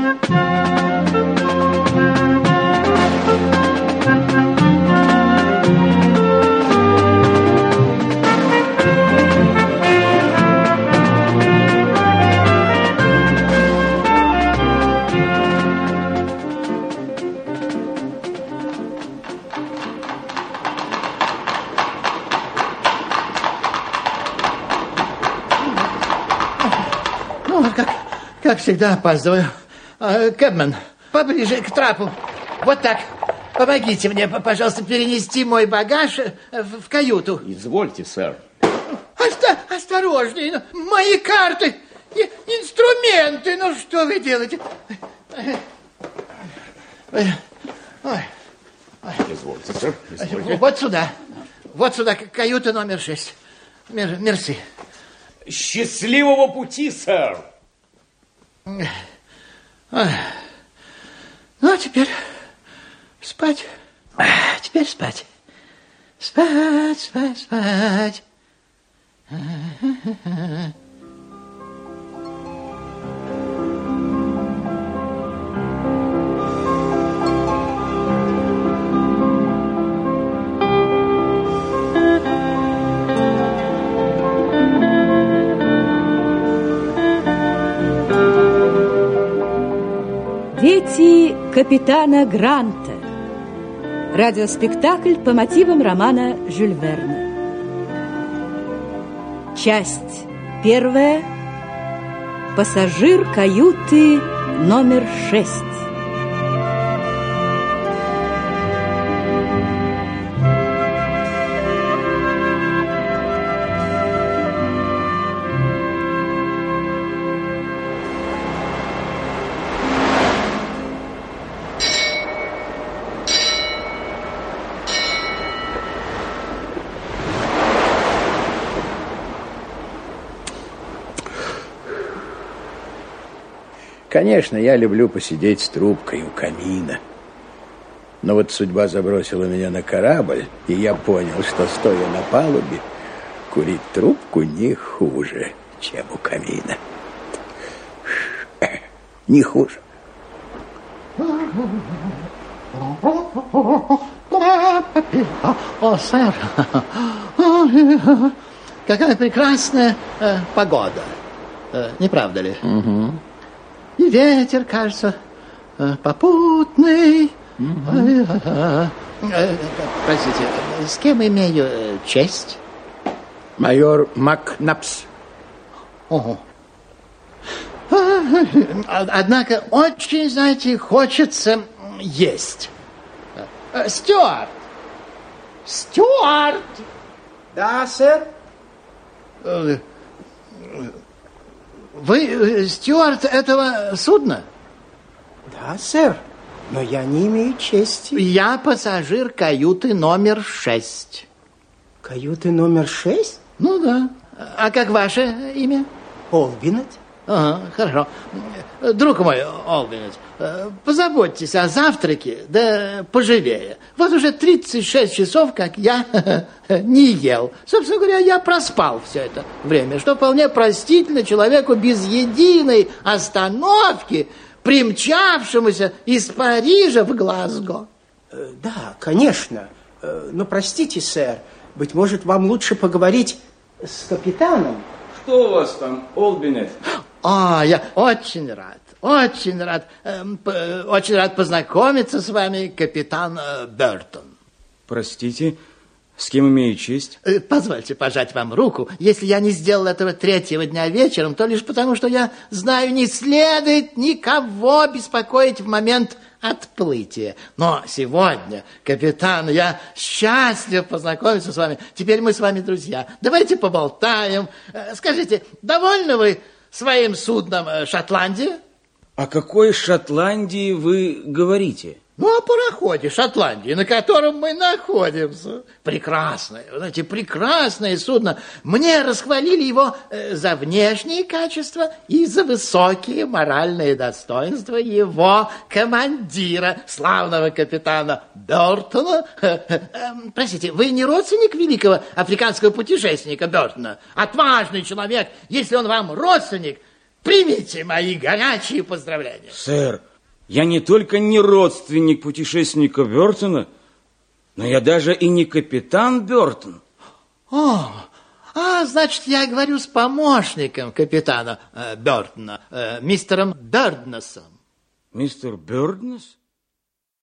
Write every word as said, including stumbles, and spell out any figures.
Как всегда, опаздываю. Кэбмен, поближе к трапу. Вот так. Помогите мне, пожалуйста, перенести мой багаж в, в каюту. Извольте, сэр. Оста осторожней. Мои карты, и инструменты. Ну, что вы делаете? Ой. Ой. Извольте, сэр. Извольте. Вот сюда. Вот сюда, каюта номер шесть. Мер, мерси. Счастливого пути, сэр. А, ну, а теперь спать. А, теперь спать. Спать, спать, спать. Дети капитана Гранта. Радиоспектакль по мотивам романа Жюль Верна. Часть первая. Пассажир каюты номер шесть. Конечно, я люблю посидеть с трубкой у камина. Но вот судьба забросила меня на корабль, и я понял, что, стоя на палубе, курить трубку не хуже, чем у камина. Не хуже. О, сэр, какая прекрасная э, погода. Э, не правда ли? Угу. И ветер, кажется, попутный. Угу. Простите, с кем имею честь? Майор Макнапс. Ого. Однако очень, знаете, хочется есть. Стюарт! Стюарт! Да, сэр? Вы стюарт этого судна? Да, сэр, но я не имею чести. Я пассажир каюты номер шесть. Каюты номер шесть? Ну да. А как ваше имя? Олбинет. Ага, хорошо. Друг мой, Олбинет, позаботьтесь о завтраке, да поживее. Вот уже тридцать шесть часов, как я не ел. Собственно говоря, я проспал все это время, что вполне простительно человеку без единой остановки, примчавшемуся из Парижа в Глазго. Да, конечно. Но простите, сэр, быть может, вам лучше поговорить с капитаном. Что у вас там, Олбинет? А, я очень рад, очень рад, э, э, очень рад познакомиться с вами, капитан э, Бертон. Простите, с кем имею честь? Э, позвольте пожать вам руку. Если я не сделал этого третьего дня вечером, то лишь потому, что я знаю, не следует никого беспокоить в момент отплытия. Но сегодня, капитан, я счастлив познакомиться с вами. Теперь мы с вами друзья. Давайте поболтаем. Э, скажите, довольны вы своим судном «Шотландия»? О какой Шотландии вы говорите? Ну, о пароходе «Шотландии», на котором мы находимся. Прекрасное, знаете, прекрасное судно. Мне расхвалили его за внешние качества и за высокие моральные достоинства его командира, славного капитана Бертона. Простите, вы не родственник великого африканского путешественника Бертона? Отважный человек, если он вам родственник, Примите мои горячие поздравления. Сэр, я не только не родственник путешественника Бёртона, но я даже и не капитан Бёртон. О, а, значит, я говорю с помощником капитана э, Бёртона, э, мистером Бёрднесом. Мистер Бёрднес?